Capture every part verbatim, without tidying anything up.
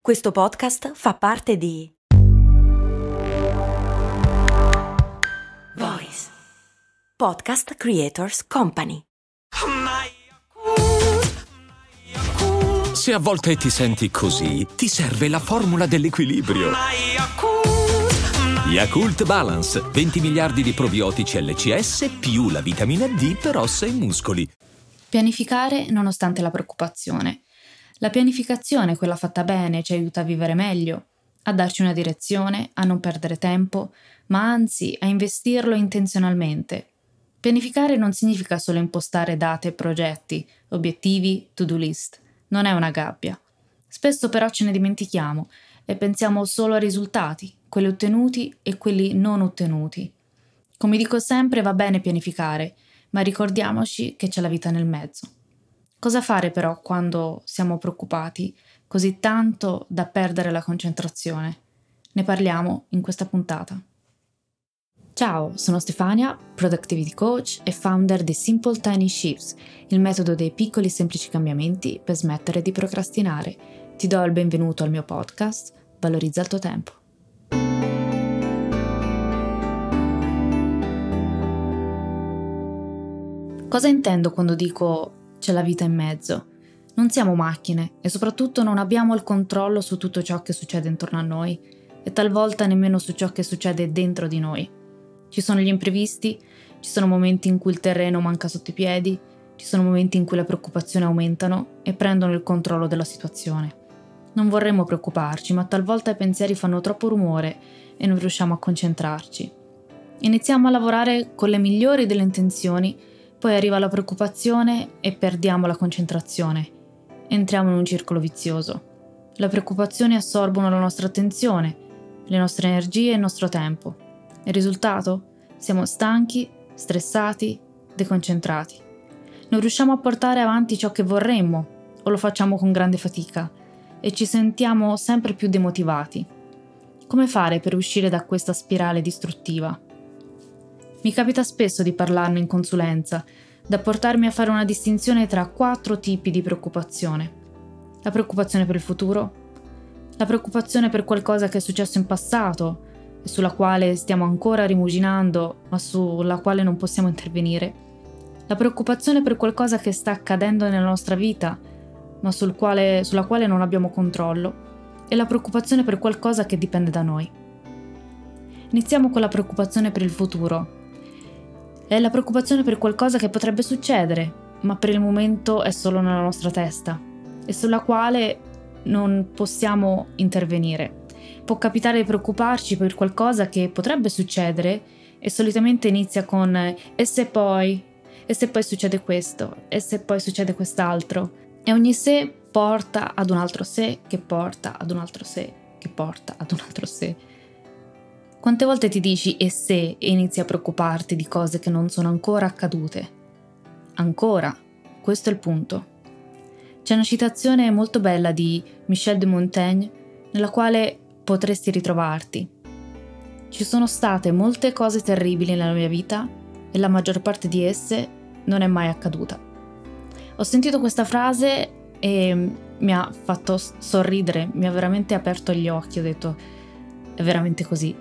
Questo podcast fa parte di Voice Podcast Creators Company. Se a volte ti senti così, ti serve la formula dell'equilibrio. Yakult Balance, venti miliardi di probiotici L C S più la vitamina D per ossa e muscoli. Pianificare nonostante la preoccupazione. La pianificazione, quella fatta bene, ci aiuta a vivere meglio, a darci una direzione, a non perdere tempo, ma anzi a investirlo intenzionalmente. Pianificare non significa solo impostare date e progetti, obiettivi, to-do list. Non è una gabbia. Spesso però ce ne dimentichiamo e pensiamo solo ai risultati, quelli ottenuti e quelli non ottenuti. Come dico sempre, va bene pianificare, ma ricordiamoci che c'è la vita nel mezzo. Cosa fare però quando siamo preoccupati così tanto da perdere la concentrazione? Ne parliamo in questa puntata. Ciao, sono Stefania, Productivity Coach e founder di Simple Tiny Shifts, il metodo dei piccoli e semplici cambiamenti per smettere di procrastinare. Ti do il benvenuto al mio podcast, Valorizza il tuo tempo. Cosa intendo quando dico c'è la vita in mezzo? Non siamo macchine e soprattutto non abbiamo il controllo su tutto ciò che succede intorno a noi e talvolta nemmeno su ciò che succede dentro di noi. Ci sono gli imprevisti, ci sono momenti in cui il terreno manca sotto i piedi, ci sono momenti in cui le preoccupazioni aumentano e prendono il controllo della situazione. Non vorremmo preoccuparci, ma talvolta i pensieri fanno troppo rumore e non riusciamo a concentrarci. Iniziamo a lavorare con le migliori delle intenzioni, poi arriva la preoccupazione e perdiamo la concentrazione. Entriamo in un circolo vizioso. Le preoccupazioni assorbono la nostra attenzione, le nostre energie e il nostro tempo. Il risultato? Siamo stanchi, stressati, deconcentrati. Non riusciamo a portare avanti ciò che vorremmo, o lo facciamo con grande fatica, e ci sentiamo sempre più demotivati. Come fare per uscire da questa spirale distruttiva? Mi capita spesso di parlarne in consulenza, da portarmi a fare una distinzione tra quattro tipi di preoccupazione. La preoccupazione per il futuro, la preoccupazione per qualcosa che è successo in passato e sulla quale stiamo ancora rimuginando, ma sulla quale non possiamo intervenire, la preoccupazione per qualcosa che sta accadendo nella nostra vita, ma sul quale, sulla quale non abbiamo controllo, e la preoccupazione per qualcosa che dipende da noi. Iniziamo con la preoccupazione per il futuro. È la preoccupazione per qualcosa che potrebbe succedere, ma per il momento è solo nella nostra testa e sulla quale non possiamo intervenire. Può capitare di preoccuparci per qualcosa che potrebbe succedere e solitamente inizia con e se poi, e se poi succede questo, e se poi succede quest'altro. E ogni se porta ad un altro se, che porta ad un altro se, che porta ad un altro se. Quante volte ti dici e se e inizi a preoccuparti di cose che non sono ancora accadute? Ancora, questo è il punto. C'è una citazione molto bella di Michel de Montaigne nella quale potresti ritrovarti. Ci sono state molte cose terribili nella mia vita e la maggior parte di esse non è mai accaduta. Ho sentito questa frase e mi ha fatto sorridere, mi ha veramente aperto gli occhi, ho detto è veramente così.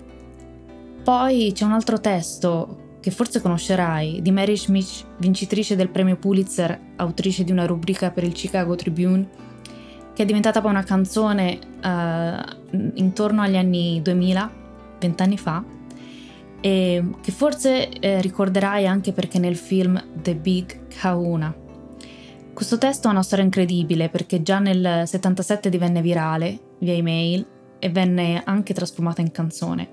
Poi c'è un altro testo che forse conoscerai, di Mary Schmidt, vincitrice del premio Pulitzer, autrice di una rubrica per il Chicago Tribune, che è diventata poi una canzone uh, intorno agli anni duemila, vent'anni fa, e che forse eh, ricorderai anche perché nel film The Big Kahuna. Questo testo ha una storia incredibile perché già nel settantasette divenne virale via email e venne anche trasformata in canzone.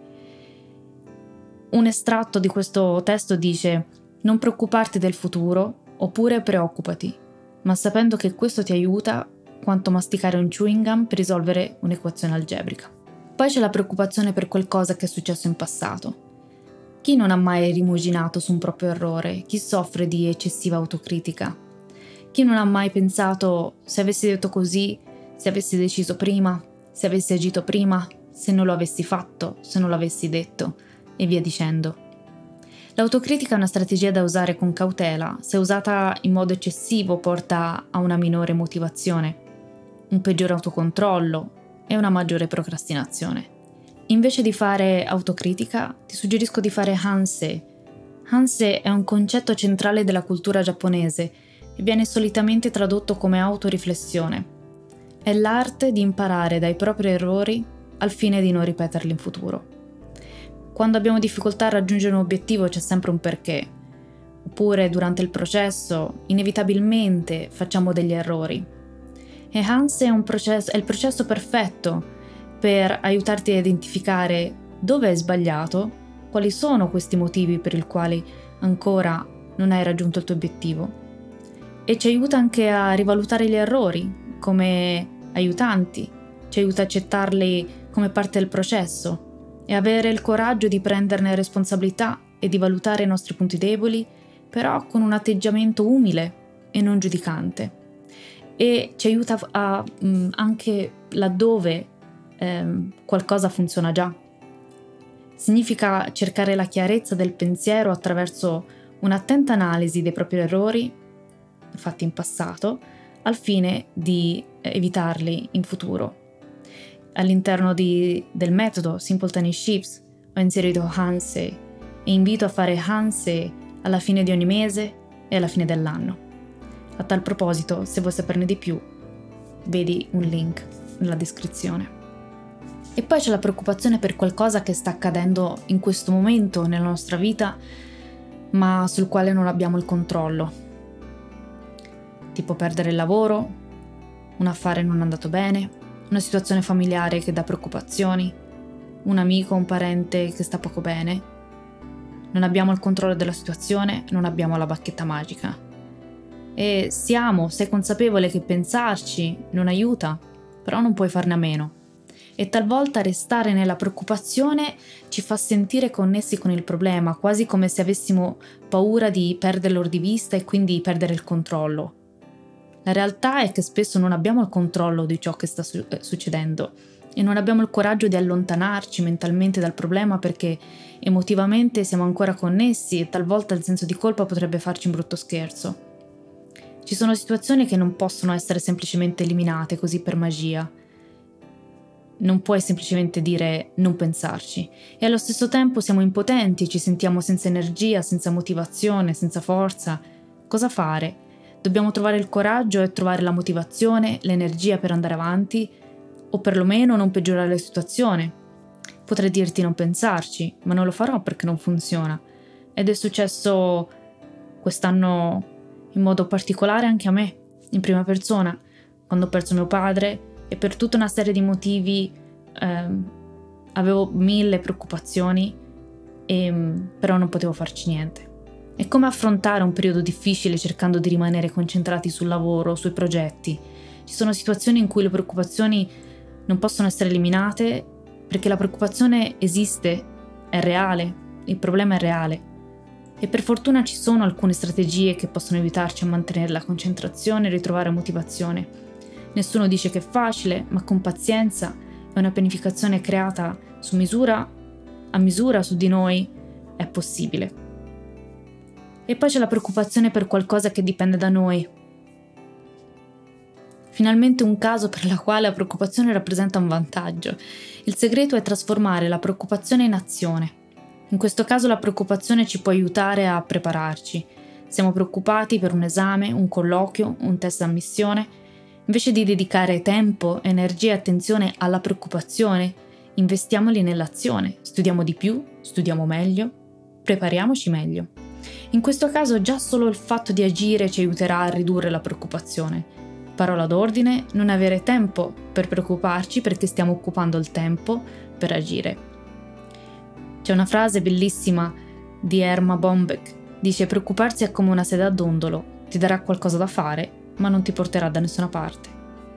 Un estratto di questo testo dice: non preoccuparti del futuro, oppure preoccupati, ma sapendo che questo ti aiuta quanto masticare un chewing gum per risolvere un'equazione algebrica. Poi c'è la preoccupazione per qualcosa che è successo in passato. Chi non ha mai rimuginato su un proprio errore? Chi soffre di eccessiva autocritica? Chi non ha mai pensato se avessi detto così, se avessi deciso prima, se avessi agito prima, se non lo avessi fatto, se non lo avessi detto, e via dicendo. L'autocritica è una strategia da usare con cautela, se usata in modo eccessivo porta a una minore motivazione. un peggiore autocontrollo e una maggiore procrastinazione. Invece di fare autocritica, ti suggerisco di fare Hansei. Hansei è un concetto centrale della cultura giapponese e viene solitamente tradotto come autoriflessione. È l'arte di imparare dai propri errori al fine di non ripeterli in futuro. Quando abbiamo difficoltà a raggiungere un obiettivo c'è sempre un perché, oppure durante il processo inevitabilmente facciamo degli errori. E Hansei è, un processo, è il processo perfetto per aiutarti a identificare dove hai sbagliato, quali sono questi motivi per i quali ancora non hai raggiunto il tuo obiettivo, e ci aiuta anche a rivalutare gli errori come aiutanti, ci aiuta a accettarli come parte del processo e avere il coraggio di prenderne responsabilità e di valutare i nostri punti deboli, però con un atteggiamento umile e non giudicante. E ci aiuta a, mh, anche laddove ehm, qualcosa funziona già. Significa cercare la chiarezza del pensiero attraverso un'attenta analisi dei propri errori fatti in passato, al fine di evitarli in futuro. All'interno di, del metodo Simple Tiny Shifts ho inserito Hansei e invito a fare Hansei alla fine di ogni mese e alla fine dell'anno. A tal proposito, se vuoi saperne di più, vedi un link nella descrizione. E poi c'è la preoccupazione per qualcosa che sta accadendo in questo momento nella nostra vita, ma sul quale non abbiamo il controllo. Tipo perdere il lavoro, un affare non andato bene, una situazione familiare che dà preoccupazioni, un amico o un parente che sta poco bene. Non abbiamo il controllo della situazione, non abbiamo la bacchetta magica. E siamo, sei consapevole che pensarci non aiuta, però non puoi farne a meno. E talvolta restare nella preoccupazione ci fa sentire connessi con il problema, quasi come se avessimo paura di perderlo di vista e quindi perdere il controllo. La realtà è che spesso non abbiamo il controllo di ciò che sta su- eh, succedendo e non abbiamo il coraggio di allontanarci mentalmente dal problema perché emotivamente siamo ancora connessi e talvolta il senso di colpa potrebbe farci un brutto scherzo. Ci sono situazioni che non possono essere semplicemente eliminate così per magia. Non puoi semplicemente dire non pensarci e allo stesso tempo siamo impotenti, ci sentiamo senza energia, senza motivazione, senza forza. Cosa fare? Dobbiamo trovare il coraggio e trovare la motivazione, l'energia per andare avanti o perlomeno non peggiorare la situazione. Potrei dirti non pensarci, ma non lo farò perché non funziona. Ed è successo quest'anno in modo particolare anche a me, in prima persona, quando ho perso mio padre. E per tutta una serie di motivi ehm, avevo mille preoccupazioni, e, però non potevo farci niente. E come affrontare un periodo difficile cercando di rimanere concentrati sul lavoro, sui progetti? Ci sono situazioni in cui le preoccupazioni non possono essere eliminate perché la preoccupazione esiste, è reale, il problema è reale. E per fortuna ci sono alcune strategie che possono aiutarci a mantenere la concentrazione e ritrovare motivazione. Nessuno dice che è facile, ma con pazienza e una pianificazione creata su misura, a misura su di noi, è possibile. E poi c'è la preoccupazione per qualcosa che dipende da noi. Finalmente un caso per la quale la preoccupazione rappresenta un vantaggio. Il segreto è trasformare la preoccupazione in azione. In questo caso la preoccupazione ci può aiutare a prepararci. Siamo preoccupati per un esame, un colloquio, un test d'ammissione. Invece di dedicare tempo, energia e attenzione alla preoccupazione, investiamoli nell'azione. Studiamo di più, studiamo meglio, prepariamoci meglio. In questo caso già solo il fatto di agire ci aiuterà a ridurre la preoccupazione. Parola d'ordine: non avere tempo per preoccuparci perché stiamo occupando il tempo per agire. C'è una frase bellissima di Erma Bombeck. Dice: preoccuparsi è come una sedia a dondolo, ti darà qualcosa da fare, ma non ti porterà da nessuna parte.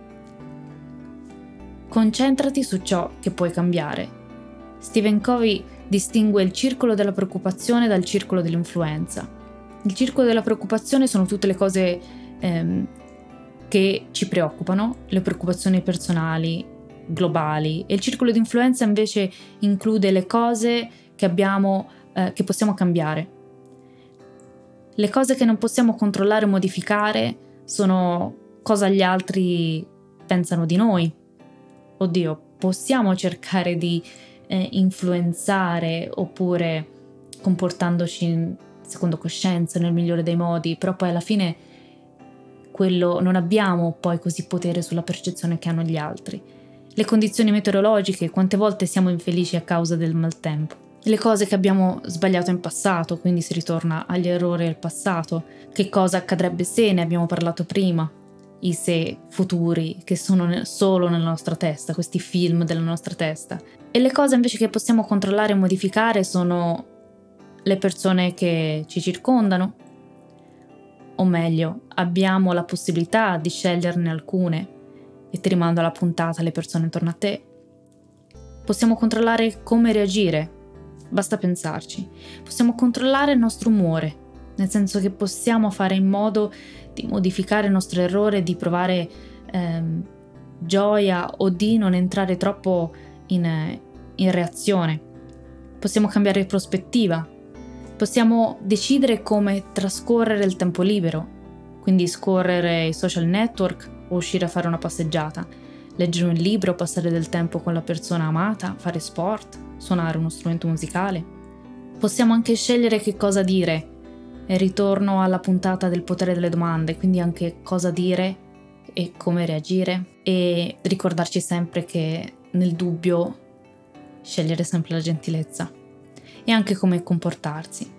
Concentrati su ciò che puoi cambiare. Stephen Covey distingue il circolo della preoccupazione dal circolo dell'influenza. Il circolo della preoccupazione sono tutte le cose ehm, che ci preoccupano, le preoccupazioni personali, globali, e il circolo di influenza invece include le cose che abbiamo, eh, che possiamo cambiare. Le cose che non possiamo controllare o modificare sono cosa gli altri pensano di noi. Oddio, possiamo cercare di eh, influenzare oppure comportandoci secondo coscienza nel migliore dei modi, però poi alla fine quello non abbiamo poi così potere sulla percezione che hanno gli altri. Le condizioni meteorologiche, quante volte siamo infelici a causa del maltempo. Le cose che abbiamo sbagliato in passato, quindi si ritorna agli errori del passato. Che cosa accadrebbe se, ne abbiamo parlato prima. I se futuri che sono solo nella nostra testa, questi film della nostra testa. E le cose invece che possiamo controllare e modificare sono le persone che ci circondano, o meglio, abbiamo la possibilità di sceglierne alcune, e ti rimando alla puntata le persone intorno a te. Possiamo controllare come reagire, basta pensarci. Possiamo controllare il nostro umore, nel senso che possiamo fare in modo di modificare il nostro errore, di provare ehm, gioia o di non entrare troppo in, in reazione. Possiamo cambiare prospettiva, possiamo decidere come trascorrere il tempo libero, quindi scorrere i social network o uscire a fare una passeggiata, leggere un libro, passare del tempo con la persona amata, fare sport, suonare uno strumento musicale. Possiamo anche scegliere che cosa dire, e ritorno alla puntata del potere delle domande, quindi anche cosa dire e come reagire, e ricordarci sempre che nel dubbio scegliere sempre la gentilezza e anche come comportarsi.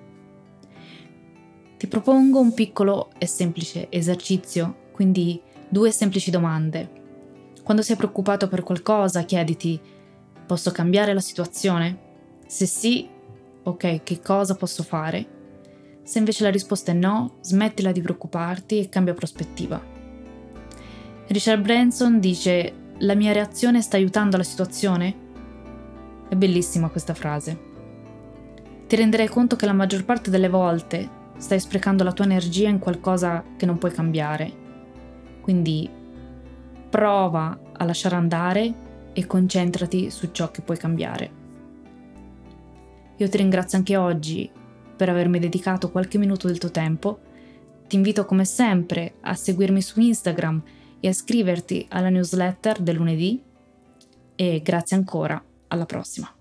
Ti propongo un piccolo e semplice esercizio, quindi due semplici domande. Quando sei preoccupato per qualcosa, chiediti: posso cambiare la situazione? Se sì, ok, che cosa posso fare? Se invece la risposta è no, smettila di preoccuparti e cambia prospettiva. Richard Branson dice: la mia reazione sta aiutando la situazione? È bellissima questa frase. Ti renderai conto che la maggior parte delle volte stai sprecando la tua energia in qualcosa che non puoi cambiare. Quindi prova a lasciare andare e concentrati su ciò che puoi cambiare. Io ti ringrazio anche oggi per avermi dedicato qualche minuto del tuo tempo. Ti invito come sempre a seguirmi su Instagram e a iscriverti alla newsletter del lunedì, e grazie ancora, alla prossima.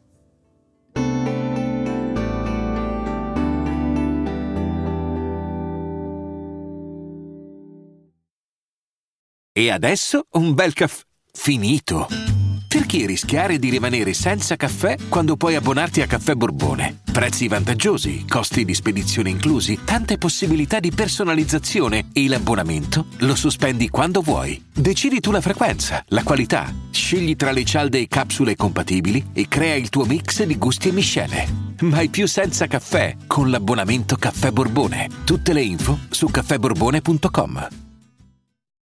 E adesso un bel caffè finito. Perché rischiare di rimanere senza caffè quando puoi abbonarti a Caffè Borbone? Prezzi vantaggiosi, costi di spedizione inclusi, tante possibilità di personalizzazione e l'abbonamento lo sospendi quando vuoi. Decidi tu la frequenza, la qualità, scegli tra le cialde e capsule compatibili e crea il tuo mix di gusti e miscele. Mai più senza caffè con l'abbonamento Caffè Borbone. Tutte le info su caffè borbone punto com.